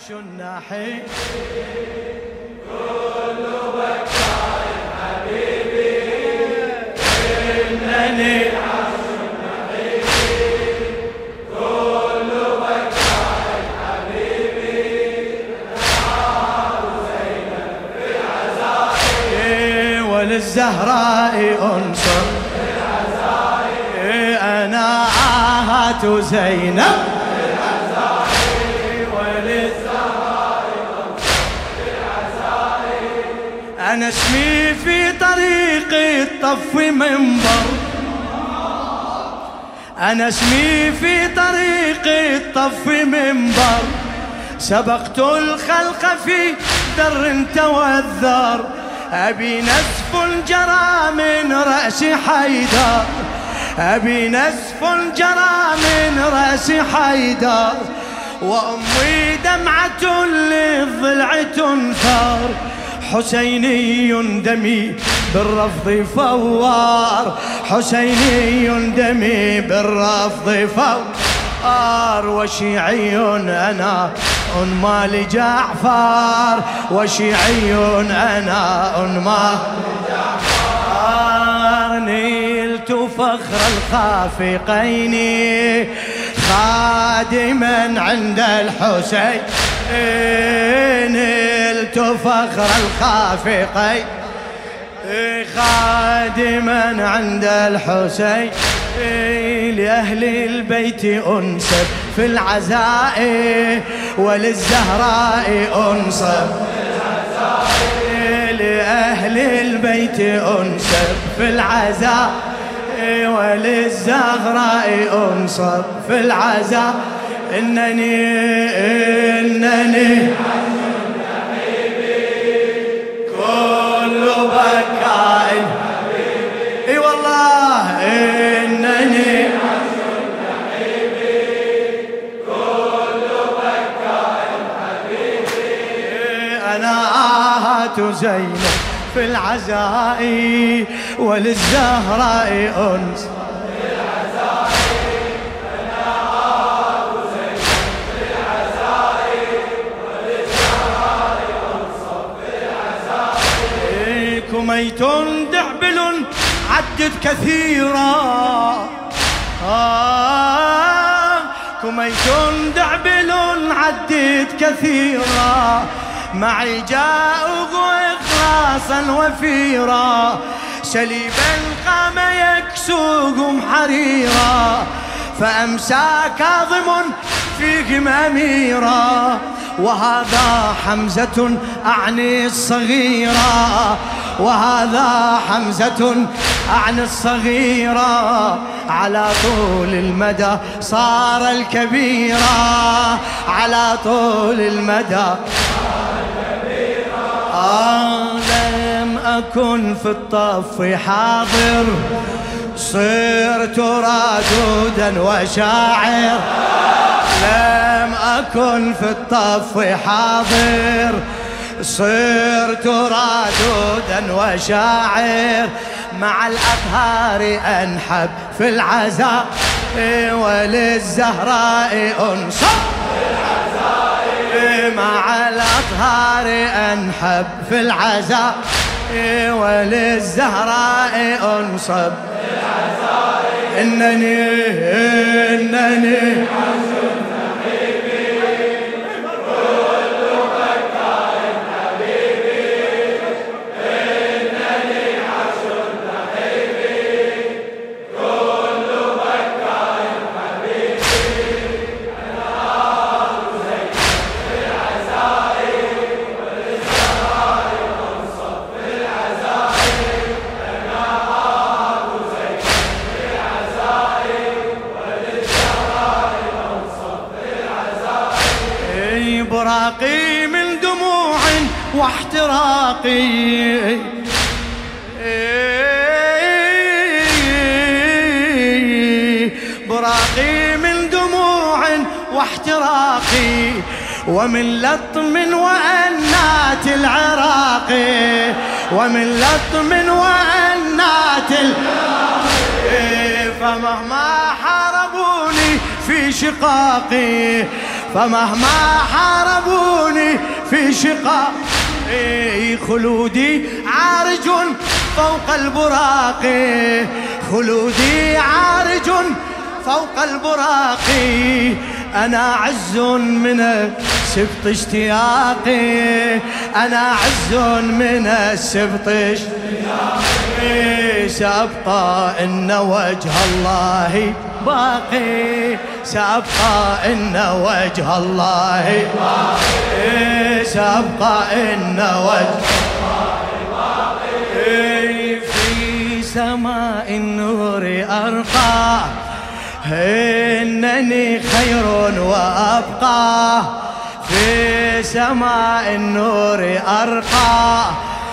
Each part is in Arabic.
عاش النحيب كل بكاء حبيبي إنني عاش النحيب كل بكاء حبيبي نار زينب في العزائي وللزهراء أنصر في العزائي أنا عاهات زينب أنا اسمي في طريق الطف منبر أنا اسمي في طريق الطف منبر سبقت الخلق في در توذر أبي نسف جرى من رأس حيدر أبي نسف جرى من رأس حيدر وأمي دمعة للضلع تنثر حسيني دمي بالرفض فوار حسيني دمي بالرفض فوار وشيعي أنا مال جعفر وشيعي أنا مال جعفر نلت فخر الخافقين خادما عند الحسين نلت فخر الخافقين خادما عند الحسين لأهل البيت أنسب في العزاء وللزهراء أنصب لأهل البيت أنسب في العزاء وللزهراء أنصب في العزاء إنني كل بكاء اي والله إنني كل بكاء حبيبي أنا آهات زينب في العزاء وللزهراء أنس كميت دعبل عدد كثيرا كميت دعبل عدد كثيرا معي جاءوا إخلاصا وفيرا سليبا قام يكسوهم حريرا فأمسى كاظم فيهم أميرا وهذا حمزة أعني الصغيرة وهذا حمزة أعني الصغيرة على طول المدى صار الكبيرة على طول المدى لم أكن في الطف حاضر صرت رادودا وشاعر لم أكن في الطف حاضر صرت رادودا وشاعر مع الأطهار أنحب في العزاء وللزهراء أنصب مع الأطهار أنحب في العزاء وللزهراء أنصب إنني براقي من دموع واحتراقي براقي من دموع واحتراقي ومن لطم وأنات العراقي ومن لطم وأنات العراقي فمهما حاربوني في شقاقي فمهما حاربوني في شقاق خلودي عارج فوق البراق، خلودي عارج فوق البراق. أنا عز من السبط اشتياقي، أنا عز من السبط اشتياقي. سأبقى إن وجه الله باقي، سأبقى إن وجه الله باقي، سأبقى إن وجه الله باقي. في سماء النور أرقى إنني خير وأبقى، في سماء النور أرقى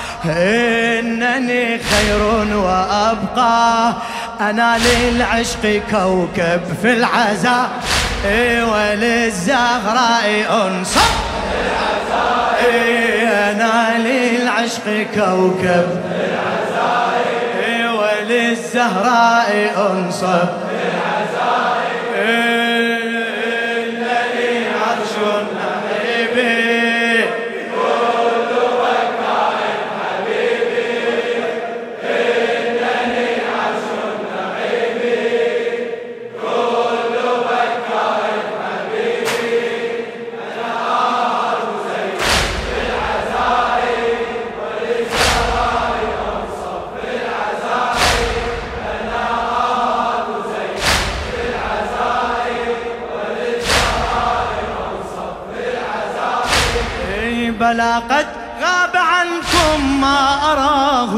إنني خير وأبقى. أنا للعشق كوكب في العزاء وللزهراء أنصب، أنا للعشق كوكب في العزاء وللزهراء أنصب. بلى قد غاب عنكم ما أراه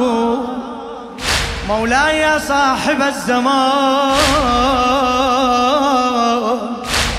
مولاي صاحب الزمان،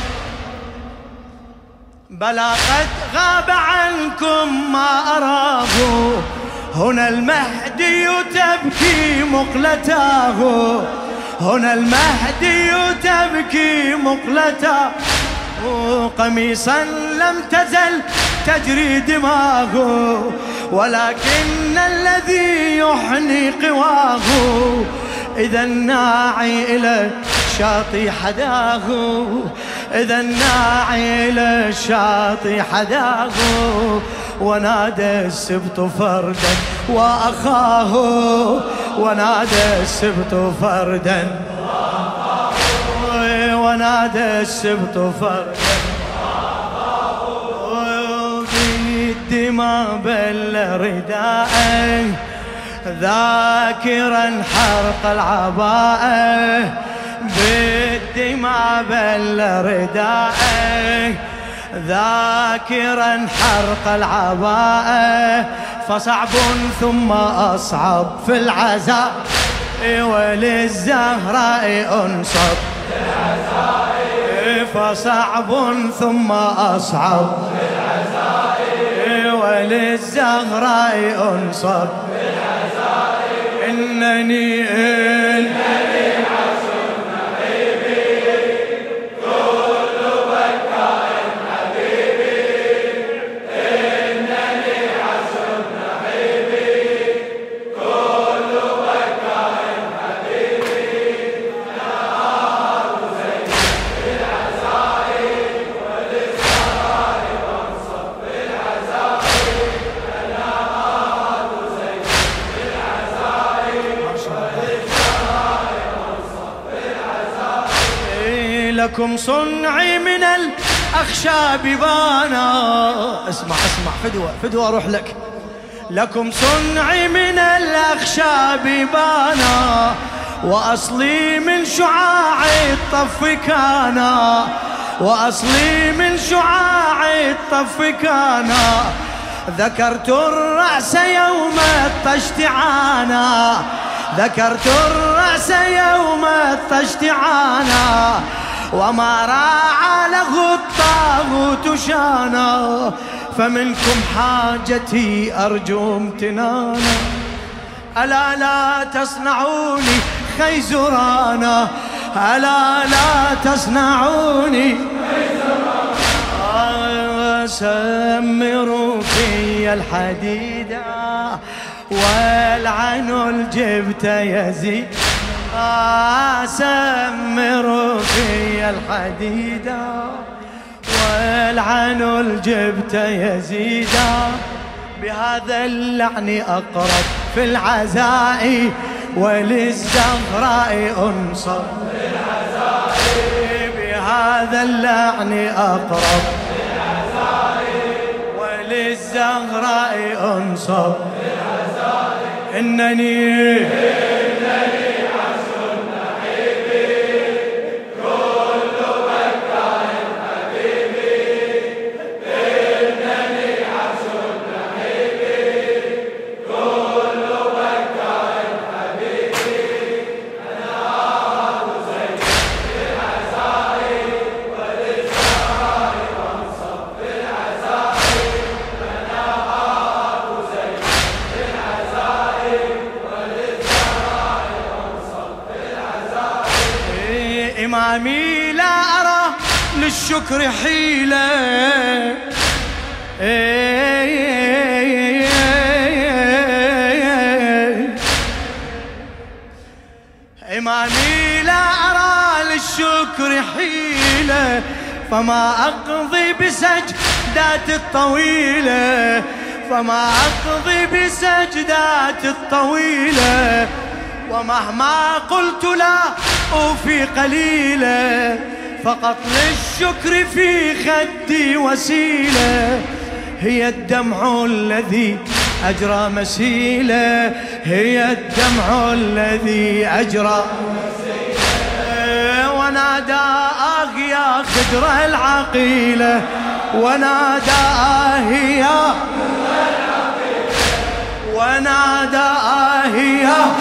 بلى قد غاب عنكم ما أراه. هنا المهدي تبكي مقلتاه، هنا المهدي تبكي مقلتاه. قميصا لم تزل تجري دماغه، ولكن الذي يحني قواه إذا الناعي إلى الشاطئ حداه، إذا الناعي إلى الشاطئ حداه. ونادى السبط فردا وأخاه، ونادى السبط فردا ونادى السبط فردا. بالدماء بل رداءه ذاكرا حرق العباءه، بالدماء بل رداءه ذاكرا حرق العباءه. فصعب ثم أصعب في العزاء وللزهراء أنصب، فصعب ثم أصعب وللزهراء أنصب. إنني عرش حبيبي كل بكاء حبيبي، إنني عرش حبيبي كل بكاء حبيبي. أنا أرض زين في العزاء وللزهراء أنصب في العزاء، أنا أرض زين في العزاء وللزهراء أنصب في العزاء. لكم صنعي من الأخشاب بانا. اسمع اسمع فدوة أروح لك. لكم صنعي من الأخشاب بانا، وأصلي من شعاع الطف كانا، وأصلي من شعاع الطف كانا. ذكرت الرأس يوم الطشت عانا، ذكرت الرأس يوم الطشت عانا. وما راعى له الطاغوت شانا، فمنكم حاجتي أرجو امتنانا. ألا لا تصنعوني خيزرانا، ألا لا تصنعوني خيزرانا. سمروا في الحديدة والعنوا الجبت يزيد، سمروا في الحديدة والعن الجبت يزيدا بهذا اللعن أقرب في العزاء وللزهراء أنصب بهذا اللعن أقرب في العزاء وللزهراء أنصب إنني عرش نحيبي كل بكاء حبيبي إنني عرش نحيبي كل بكاء حبيبي أنا أراد زين في العزاء وللزهراء أنصب في العزاء أنا أراد زين في العزاء إمامي لا أرى للشكر حيلة إمامي لا أرى للشكر حيلة فما أقضي بسجدات الطويلة فما أقضي بسجدات الطويلة ومهما قلت لا أوفي قليلا فقط للشكر في خدي وسيلة هي الدمع الذي أجرى مسيلة هي الدمع الذي أجرى مسيلة ونادى يا خدر العقيلة ونادى يا ونادى يا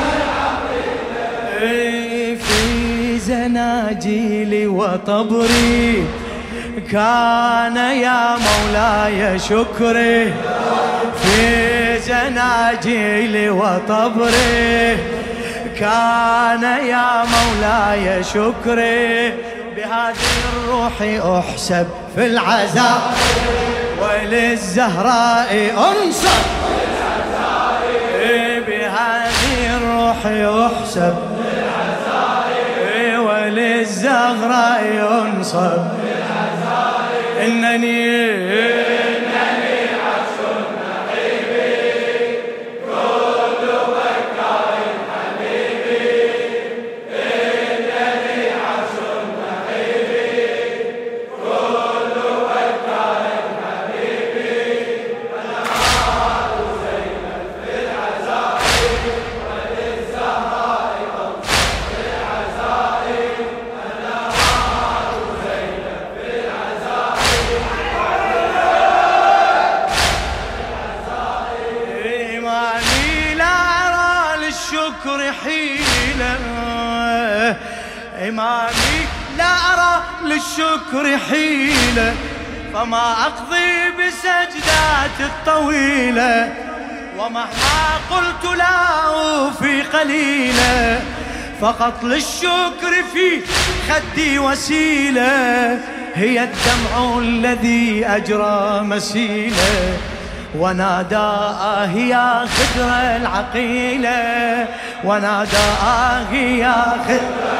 في زناجيلي وطبري كان يا مولاي شكري في زناجيلي وطبري كان يا مولاي شكري بهذه الروح أحسب في العزاء وللزهراء أنصب بهذه الروح أحسب وللزهراء أنصب إنني عرش نحيبي كل بكاء حبيبي إنني عرش نحيبي كل بكاء حبيبي أنا أراد زينب في العزاء وللزهراء أنصب في العزاء أنا أراد زينب في العزاء إمامي لا أرى للشكر حيلة إمامي لا أرى للشكر حيلة فما أقضي بسجدات الطويلة ومهما قلت لا أوفي قليلا فقط للشكر في خدي وسيلة هي الدمع الذي أجرى مسيلة ونادى يا خدر العقيلة ونادى يا خدر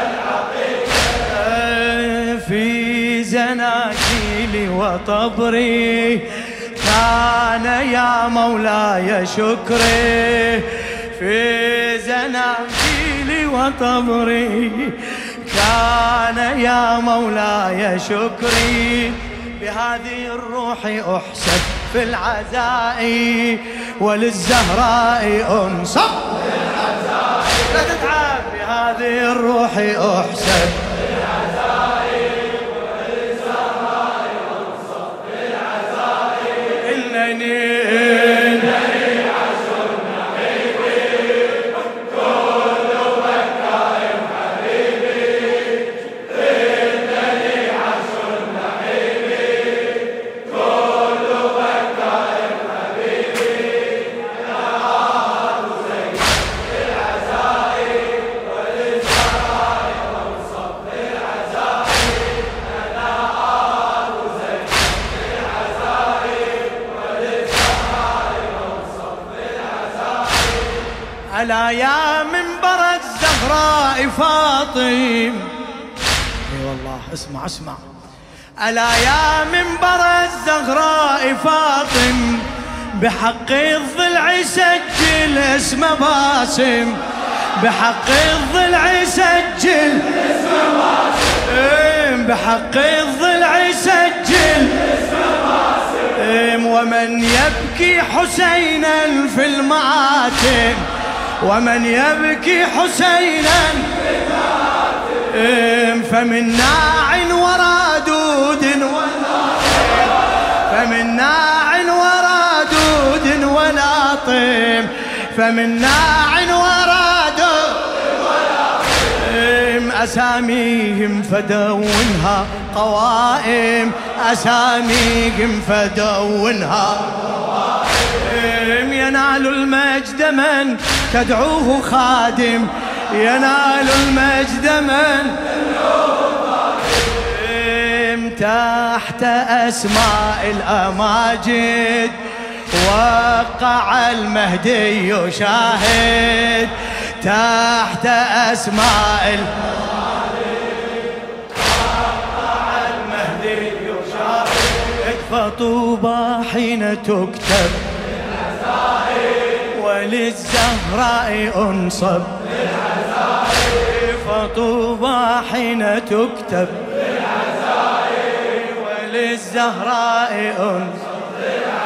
العقيلة في زناجيلي وطبري كان يا مولاي شكري في زناجيلي وطبري كان يا مولاي شكري بهذه الروح أحسب في العزاء وللزهراء أنصب لا تتعب بهذه الروح أحسب في العزاء وللزهراء أنصب في العزاء إنني عرش نحيبي كل بكاء حبيبي إنني عرش نحيبي كل بكاء حبيبي أنا أراد زين في العزاء وللزهراء أنصب في العزاء أنا أراد زين في العزاء وللزهراء أنصب في العزاء ألا يا منبر الزهراء فاطم اي والله اسمع ألا يا منبر الزهراء فاطم بحق الضلع سجل اسم باسم، بحق الضلع سجل اسم باسم، بحق الضلع سجل اسم باسم. ومن يبكي حسينا في المآتم، ومن يبكي حسينا في المآتم، فمن ناع ورادود وناطم، فمن ناع ورادود وناطم، فمن ناع ورادود وناطم. أساميهم فدونها قوائم، أساميهم فدونها قوائم. ينال المجد من تدعوه خادم، ينال المجد من تدعوه خادم. تحت أسماء الأماجد وقع المهدي شاهد، تحت أسماء الأماجد وقع المهدي شاهد. فطوبى حين تكتب وللزهراء أنصب، فطوبى حين تكتب وللزهراء أنصب.